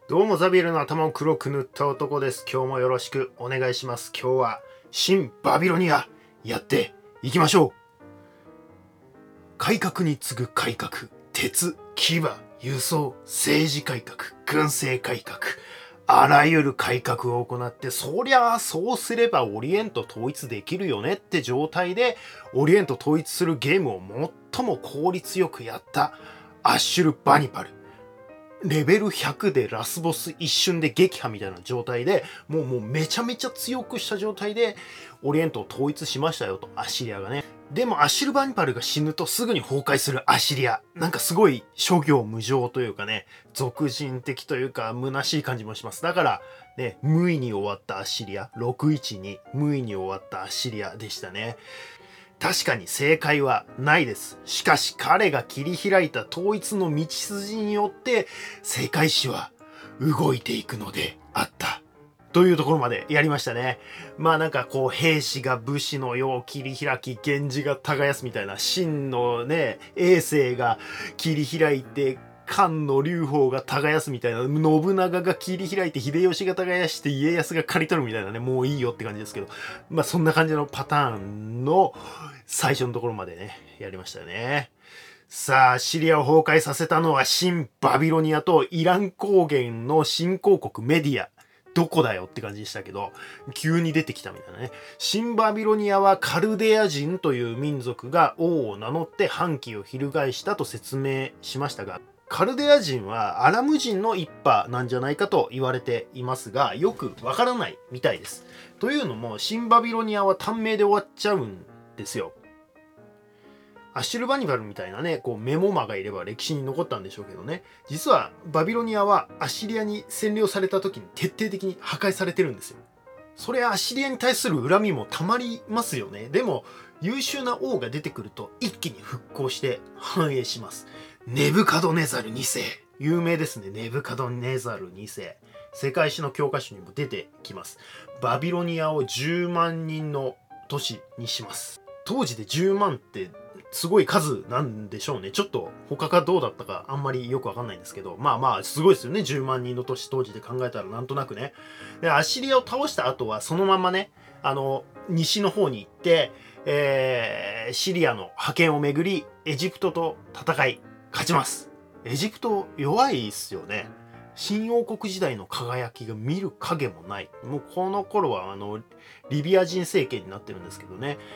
どうもザビエルの頭を黒く塗った男です。今日もよろしくお願いします。今日は新バビロニアやっていきましょう。改革に次ぐ改革、鉄、牙、輸送、政治改革、軍政改革、あらゆる改革を行って、そりゃあそうすればオリエント統一できるよねって状態で、オリエント統一するゲームを最も効率よくやったアッシュル・バニパル。レベル100でラスボス一瞬で撃破みたいな状態で、もうめちゃめちゃ強くした状態でオリエントを統一しましたよと、アッシリアがね。でもアッシュルバニパルが死ぬとすぐに崩壊するアッシリア、なんかすごい諸行無常というかね、俗人的というか虚しい感じもします。だからね、無意に終わったアッシリア、612無意に終わったアッシリアでしたね。確かに正解はないです。しかし彼が切り開いた統一の道筋によって世界史は動いていくのであった。というところまでやりましたね。まあなんかこう兵士が武士の世を切り開き、源氏が耕すみたいな、秦のね、衛星が切り開いて、漢の劉邦が耕すみたいな、信長が切り開いて秀吉が耕して家康が刈り取るみたいなね、もういいよって感じですけど、まあそんな感じのパターンの最初のところまでね、やりましたよね。さあ、シリアを崩壊させたのは新バビロニアとイラン高原の新興国メディア。どこだよって感じでしたけど、急に出てきたみたいなね。新バビロニアはカルデア人という民族が王を名乗って反旗を翻したと説明しましたが、カルデア人はアラム人の一派なんじゃないかと言われていますが、よくわからないみたいです。というのも、新バビロニアは短命で終わっちゃうんですよ。アッシュルバニバルみたいなね、こうメモマがいれば歴史に残ったんでしょうけどね、実はバビロニアはアッシリアに占領された時に徹底的に破壊されてるんですよ。それはアッシリアに対する恨みもたまりますよね。でも優秀な王が出てくると一気に復興して繁栄します。ネブカドネザル2世、有名ですね。ネブカドネザル2世、世界史の教科書にも出てきます。バビロニアを10万人の都市にします。当時で10万ってすごい数なんでしょうね。ちょっと他がどうだったかあんまりよくわかんないんですけど、まあまあすごいですよね。10万人の都市当時で考えたらなんとなくね。で、アッシリアを倒した後はそのままね、西の方に行って、シリアの覇権をめぐりエジプトと戦い勝ちます。エジプト弱いっすよね。新王国時代の輝きが見る影もない。もうこの頃はリビア人政権になってるんですけどね。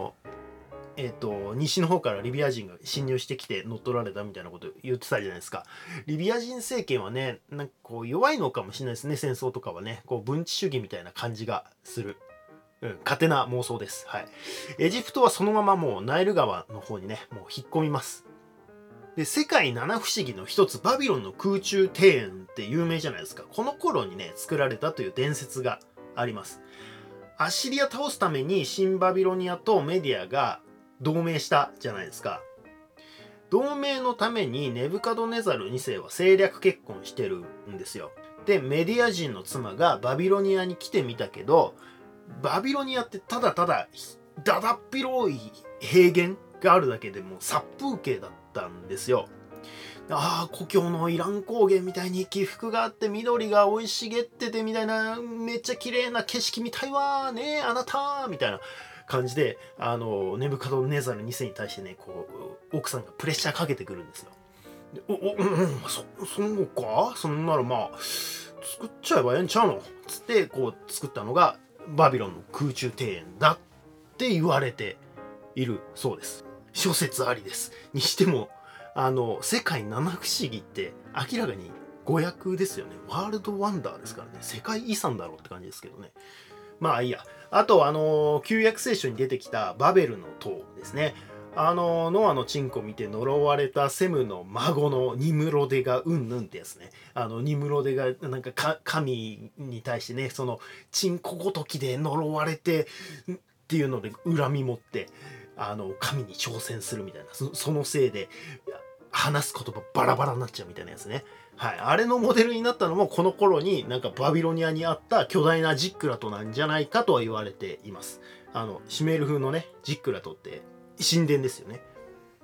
西の方からリビア人が侵入してきて乗っ取られたみたいなこと言ってたじゃないですか。リビア人政権はね、なんかこう弱いのかもしれないですね。戦争とかはね、こう分治主義みたいな感じがする。勝手な妄想です。はい。エジプトはそのままもうナイル川の方にね、もう引っ込みます。で、世界七不思議の一つ、バビロンの空中庭園って有名じゃないですか。この頃にね、作られたという伝説があります。アッシリア倒すために新バビロニアとメディアが同盟したじゃないですか。同盟のためにネブカドネザル2世は政略結婚してるんですよ。で、メディア人の妻がバビロニアに来てみたけど、バビロニアってただただだだっ広い平原があるだけでも殺風景だったんですよ。ああ、故郷のイラン高原みたいに起伏があって緑が生い茂っててみたいな、めっちゃ綺麗な景色見たいわーねあなたみたいな感じで、ネブカドネザル2世に対してね、こう奥さんがプレッシャーかけてくるんですよ。そうか、そんならまあ作っちゃえばええんちゃうのつってこう作ったのがバビロンの空中庭園だって言われているそうです。諸説ありです。にしても世界七不思議って明らかに誤訳ですよね。ワールドワンダーですからね。世界遺産だろうって感じですけどね。まあいいや。あと旧約聖書に出てきたバベルの塔ですね。ノアのチンコ見て呪われたセムの孫のニムロデがうんぬんってやつね。ニムロデがなんか神に対してね、そのチンコごときで呪われてっていうので恨み持って神に挑戦するみたいな、そのせいで話す言葉バラバラになっちゃうみたいなやつね。はい。あれのモデルになったのもこの頃になんかバビロニアにあった巨大なジックラトなんじゃないかとは言われています。シュメール風のね、ジックラトって神殿ですよね。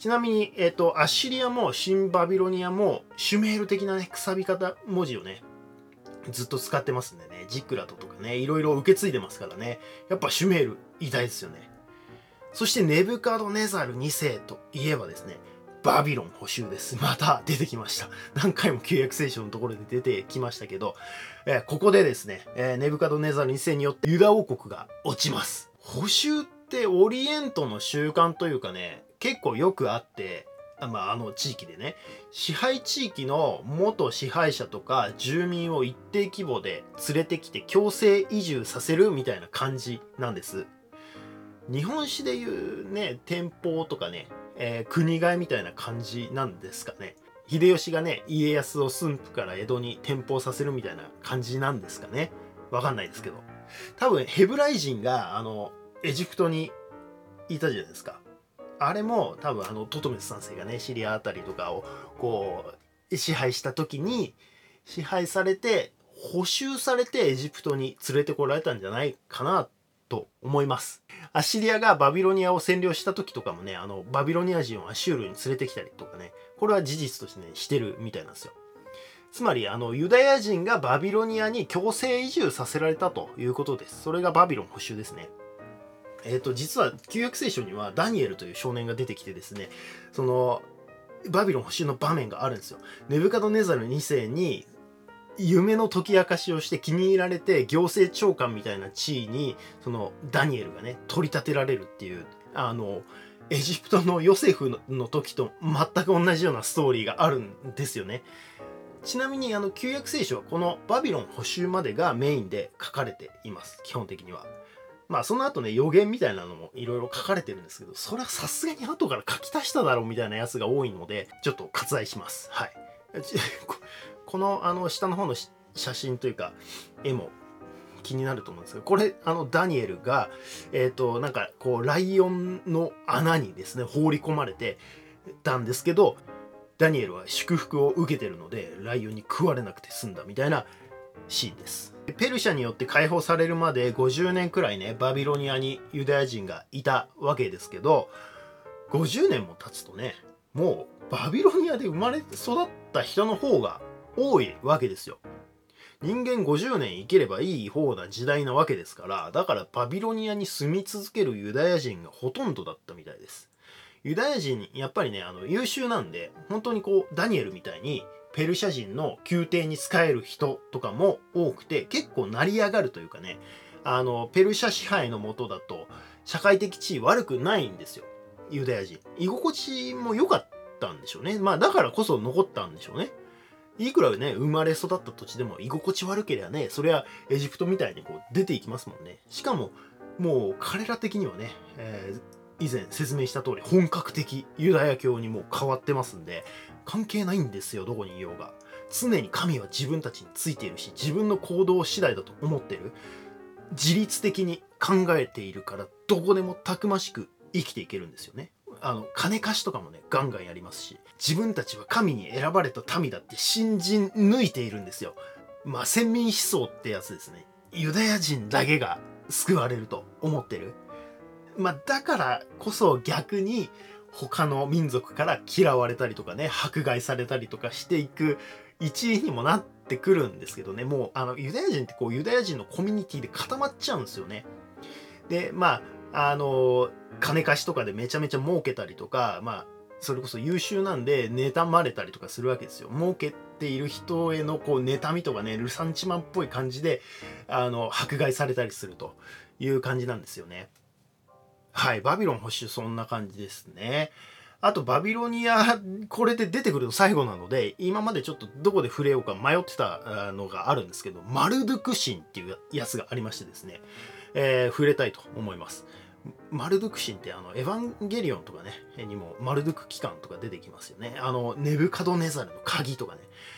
ちなみに、アッシリアも新バビロニアもシュメール的なね、くさび方文字をね、ずっと使ってますんでね、ジックラトとかね、いろいろ受け継いでますからね、やっぱシュメール偉大ですよね。そしてネブカドネザル2世といえばですね、バビロン捕囚です。また出てきました。何回も旧約聖書のところで出てきましたけど、ここでですね、ネブカドネザル2世によってユダ王国が落ちます。捕囚ってオリエントの習慣というかね、結構よくあって、地域でね、支配地域の元支配者とか住民を一定規模で連れてきて強制移住させるみたいな感じなんです。日本史でいうね、天保とかね、国替えみたいな感じなんですかね。秀吉がね、家康を駿府から江戸に転封させるみたいな感じなんですかね。わかんないですけど。多分ヘブライ人がエジプトにいたじゃないですか。あれも多分トトメス3世がね、シリアあたりとかをこう支配した時に支配されて捕囚されてエジプトに連れてこられたんじゃないかなと思います。アッシリアがバビロニアを占領した時とかもね、バビロニア人をアッシュールに連れてきたりとかね、これは事実としてね、してるみたいなんですよ。つまりユダヤ人がバビロニアに強制移住させられたということです。それがバビロン捕囚ですね。実は旧約聖書にはダニエルという少年が出てきてですね、そのバビロン捕囚の場面があるんですよ。ネブカドネザル2世に夢の解き明かしをして気に入られて行政長官みたいな地位にそのダニエルがね取り立てられるっていうエジプトのヨセフの時と全く同じようなストーリーがあるんですよね。ちなみに旧約聖書はこのバビロン捕囚までがメインで書かれています。基本的には。その後ね予言みたいなのもいろいろ書かれてるんですけど、それはさすがに後から書き足しただろうみたいなやつが多いのでちょっと割愛します。はい。この下の方の写真というか絵も気になると思うんですけど、これダニエルがなんかこうライオンの穴にですね放り込まれてたんですけど、ダニエルは祝福を受けてるのでライオンに食われなくて済んだみたいなシーンです。ペルシャによって解放されるまで50年くらいねバビロニアにユダヤ人がいたわけですけど、50年も経つとねもうバビロニアで生まれて育った人の方が多いわけですよ。人間50年生きればいい方な時代なわけですから、だからバビロニアに住み続けるユダヤ人がほとんどだったみたいです。ユダヤ人やっぱりね優秀なんで、本当にこうダニエルみたいにペルシャ人の宮廷に仕える人とかも多くて結構成り上がるというかね、ペルシャ支配の下だと社会的地位悪くないんですよ。ユダヤ人居心地も良かったんでしょうね。だからこそ残ったんでしょうね。いくらね生まれ育った土地でも居心地悪ければね、それはエジプトみたいにこう出ていきますもんね。しかももう彼ら的にはね、以前説明した通り本格的ユダヤ教にもう変わってますんで、関係ないんですよどこにいようが。常に神は自分たちについているし、自分の行動次第だと思ってる、自律的に考えているからどこでもたくましく生きていけるんですよね。金貸しとかもねガンガンやりますし、自分たちは神に選ばれた民だって信じ抜いているんですよ。先民思想ってやつですね。ユダヤ人だけが救われると思ってる。だからこそ逆に他の民族から嫌われたりとかね迫害されたりとかしていく一因にもなってくるんですけどね。もうユダヤ人ってこうユダヤ人のコミュニティで固まっちゃうんですよね。で金貸しとかでめちゃめちゃ儲けたりとか、それこそ優秀なんで妬まれたりとかするわけですよ。儲けている人へのこう妬みとかねルサンチマンっぽい感じで迫害されたりするという感じなんですよね。はい、バビロン捕囚そんな感じですね。あとバビロニアこれで出てくると最後なので、今までちょっとどこで触れようか迷ってたのがあるんですけど、マルドゥク神っていうやつがありましてですね、触れたいと思います。マルドゥク神ってエヴァンゲリオンとかねにもマルドゥク機関とか出てきますよね。ネブカドネザルの鍵とかね、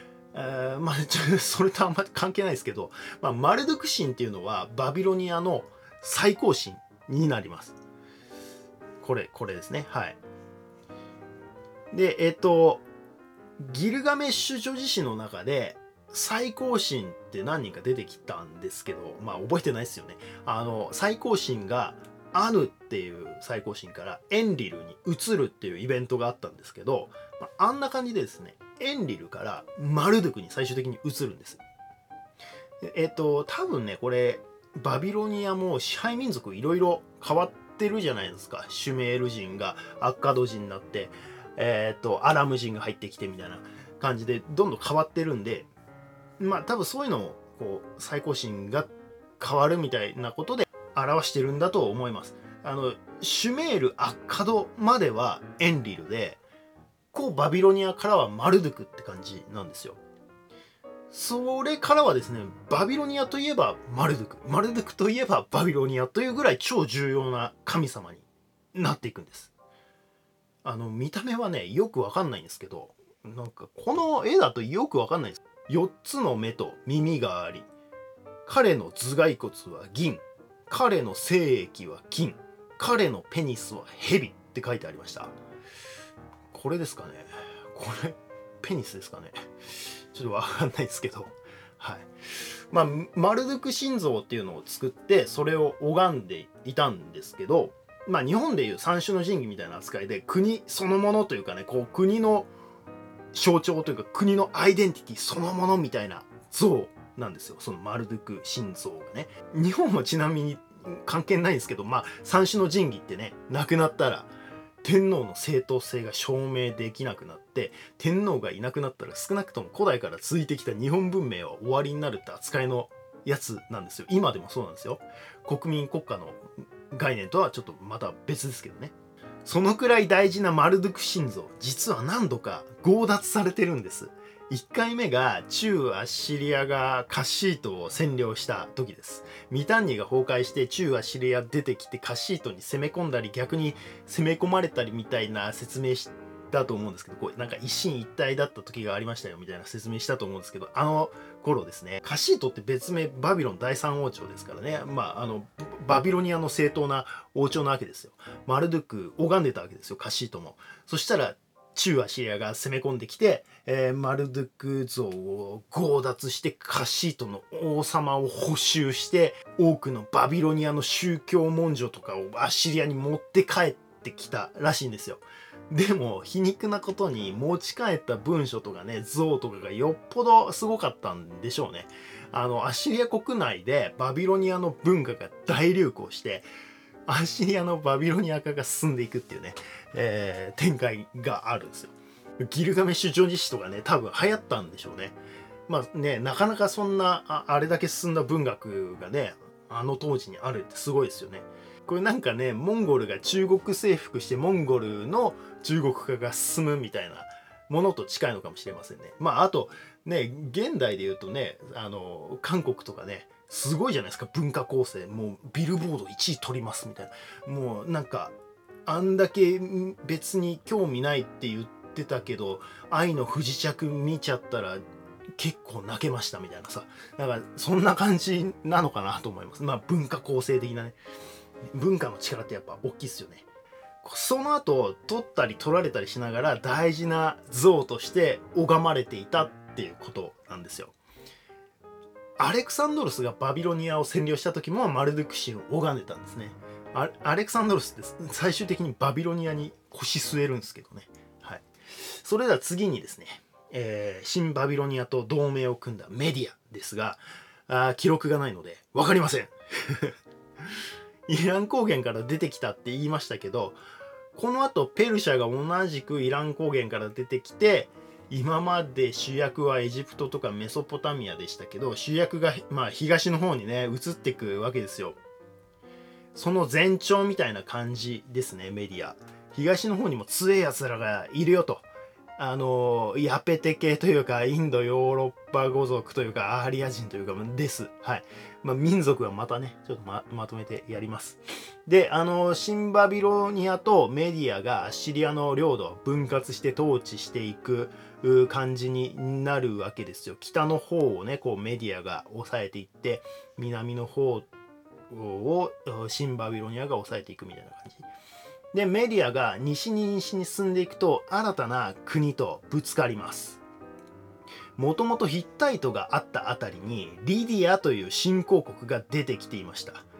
それとあんまり関係ないですけど、マルドゥク神っていうのはバビロニアの最高神になります。これですね。はい。でギルガメッシュ女子誌の中で最高神って何人か出てきたんですけど、覚えてないですよね。最高神がアヌっていう最高神からエンリルに移るっていうイベントがあったんですけど、あんな感じでですね、エンリルからマルドゥクに最終的に移るんです。多分ね、これバビロニアも支配民族いろいろ変わってるじゃないですか。シュメール人がアッカド人になって、アラム人が入ってきてみたいな感じでどんどん変わってるんで、多分そういうのをこう最高神が変わるみたいなことで表してるんだと思います。シュメールアッカドまではエンリルで、こうバビロニアからはマルドゥクって感じなんですよ。それからはですね、バビロニアといえばマルドゥク、マルドゥクといえばバビロニアというぐらい超重要な神様になっていくんです。見た目はね、よくわかんないんですけど、なんかこの絵だとよくわかんないです。4つの目と耳があり、彼の頭蓋骨は銀、彼の精液は金、彼のペニスは蛇って書いてありました。これですかね、これペニスですかね、ちょっとわかんないですけど、はい。マルドゥク神像っていうのを作ってそれを拝んでいたんですけど、日本でいう三種の神器みたいな扱いで国そのものというかね、こう国の象徴というか国のアイデンティティそのものみたいな像なんですよ、そのマルドゥク神像がね。日本はちなみに関係ないんですけど、三種の神器ってね、なくなったら天皇の正当性が証明できなくなって、天皇がいなくなったら少なくとも古代から続いてきた日本文明は終わりになるって扱いのやつなんですよ。今でもそうなんですよ。国民国家の概念とはちょっとまた別ですけどね。そのくらい大事なマルドゥク神像、実は何度か強奪されてるんです。1回目が中アッシリアがカッシートを占領した時です。ミタンニが崩壊して中アッシリア出てきてカッシートに攻め込んだり逆に攻め込まれたりみたいな説明したと思うんですけど、こうなんか一進一退だった時がありましたよみたいな説明したと思うんですけど、あの頃ですね、カッシートって別名バビロン第三王朝ですからね、バビロニアの正当な王朝なわけですよ。マルドゥク拝んでたわけですよ、カッシートも。そしたら中アシリアが攻め込んできて、マルドゥク像を強奪してカッシートの王様を捕囚して多くのバビロニアの宗教文書とかをアッシリアに持って帰ってきたらしいんですよ。でも皮肉なことに持ち帰った文書とかね、像とかがよっぽどすごかったんでしょうね。アッシリア国内でバビロニアの文化が大流行してアッシリアのバビロニア化が進んでいくっていうね、展開があるんですよ。ギルガメッシュ女子誌とかね、多分流行ったんでしょうね。なかなかそんなあれだけ進んだ文学がね、あの当時にあるってすごいですよね。これなんかね、モンゴルが中国征服してモンゴルの中国化が進むみたいなものと近いのかもしれませんね。あとね、現代で言うとね、韓国とかね、すごいじゃないですか、文化構成。もうビルボード1位取りますみたいな。もうなんかあんだけ別に興味ないって言ってたけど、愛の不時着見ちゃったら結構泣けましたみたいなさ、なんかそんな感じなのかなと思います。文化構成的なね、文化の力ってやっぱ大きいっすよね。その後取ったり取られたりしながら大事な像として拝まれていたっていうことなんですよ。アレクサンドロスがバビロニアを占領した時もマルドゥク神を拝んでたんですね。アレクサンドロスって最終的にバビロニアに腰据えるんですけどね。はい。それでは次にですね、新バビロニアと同盟を組んだメディアですが、記録がないので分かりません。イラン高原から出てきたって言いましたけど、この後ペルシャが同じくイラン高原から出てきて、今まで主役はエジプトとかメソポタミアでしたけど、主役が東の方にね移っていくわけですよ。その前兆みたいな感じですね、メディア。東の方にも強いやつらがいるよと。ヤペテ系というかインドヨーロッパ語族というかアーリア人というかです。はい。民族はまたねちょっと まとめてやります。で、新バビロニアとメディアがアッシリアの領土を分割して統治していく感じになるわけですよ。北の方をねこうメディアが抑えていって、南の方を新バビロニアが抑えていくみたいな感じで、メディアが西に西に進んでいくと新たな国とぶつかります。もともとヒッタイトがあったあたりにリディアという新興国が出てきていました。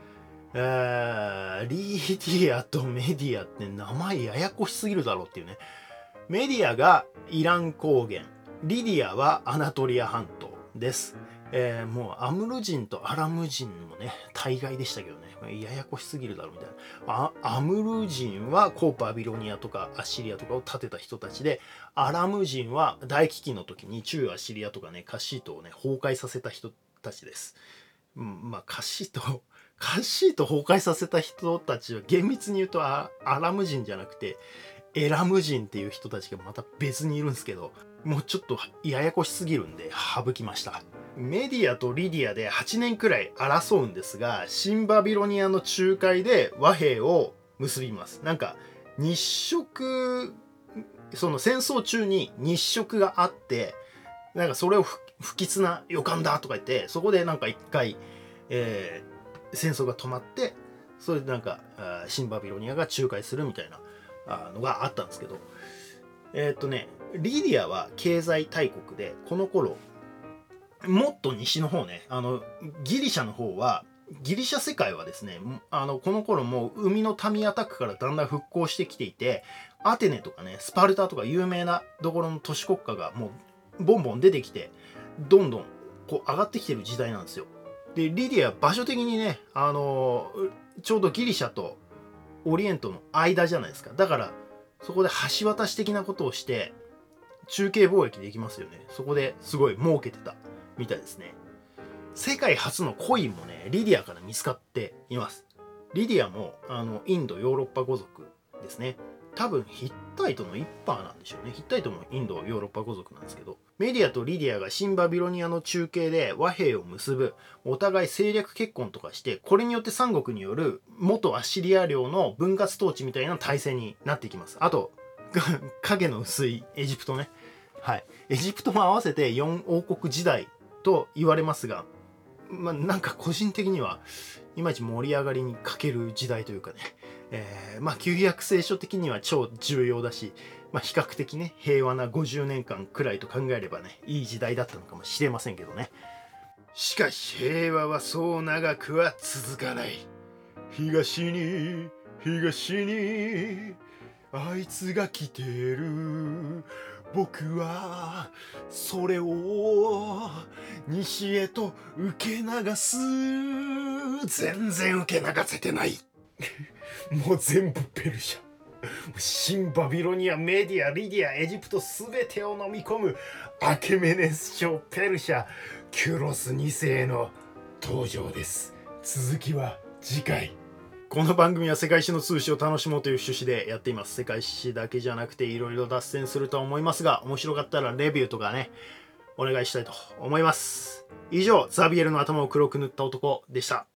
リディアとメディアって名前ややこしすぎるだろうっていうね。メディアがイラン高原、リディアはアナトリア半島です。もうアムル人とアラム人もね大概でしたけどね、ややこしすぎるだろうみたいな。アムル人は古バビロニアとかアッシリアとかを建てた人たちで、アラム人は大飢饉の時に中アッシリアとかねカッシートをね崩壊させた人たちです。まあカッシート崩壊させた人たちは厳密に言うとアラム人じゃなくてエラム人っていう人たちがまた別にいるんですけど、もうちょっとややこしすぎるんで省きました。メディアとリディアで8年くらい争うんですが、新バビロニアの仲介で和平を結びます。なんか日食、その戦争中に日食があって、なんかそれを不吉な予感だとか言って、そこでなんか一回、戦争が止まって、それでなんか新バビロニアが仲介するみたいなのがあったんですけど、リディアは経済大国で、この頃もっと西の方ね、ギリシャの方は、ギリシャ世界はですね、この頃もう海の民アタックからだんだん復興してきていて、アテネとかね、スパルタとか有名なところの都市国家がもうボンボン出てきて、どんどんこう上がってきてる時代なんですよ。で、リディア場所的にね、ちょうどギリシャとオリエントの間じゃないですか。だから、そこで橋渡し的なことをして、中継貿易できますよね。そこですごい儲けてたみたいですね。世界初のコインもね、リディアから見つかっています。リディアもインドヨーロッパ語族ですね。多分ヒッタイトの一派なんでしょうね。ヒッタイトもインドヨーロッパ語族なんですけど、メディアとリディアが新バビロニアの中継で和平を結ぶ、お互い政略結婚とかして、これによって三国による元アッシリア領の分割統治みたいな体制になっていきます。あと影の薄いエジプトね。はい、エジプトも合わせて4王国時代と言われますが、なんか個人的にはいまいち盛り上がりに欠ける時代というかね、旧約聖書的には超重要だし、比較的ね平和な50年間くらいと考えればねいい時代だったのかもしれませんけどね。しかし平和はそう長くは続かない。東にあいつが来てる。僕はそれを西へと受け流す。全然受け流せてないもう全部ペルシャ、新バビロニア、メディア、リディア、エジプト全てを飲み込むアケメネス朝ペルシャ、キュロス2世の登場です。続きは次回。この番組は世界史の通史を楽しもうという趣旨でやっています。世界史だけじゃなくていろいろ脱線するとは思いますが、面白かったらレビューとかねお願いしたいと思います。以上、ザビエルの頭を黒く塗った男でした。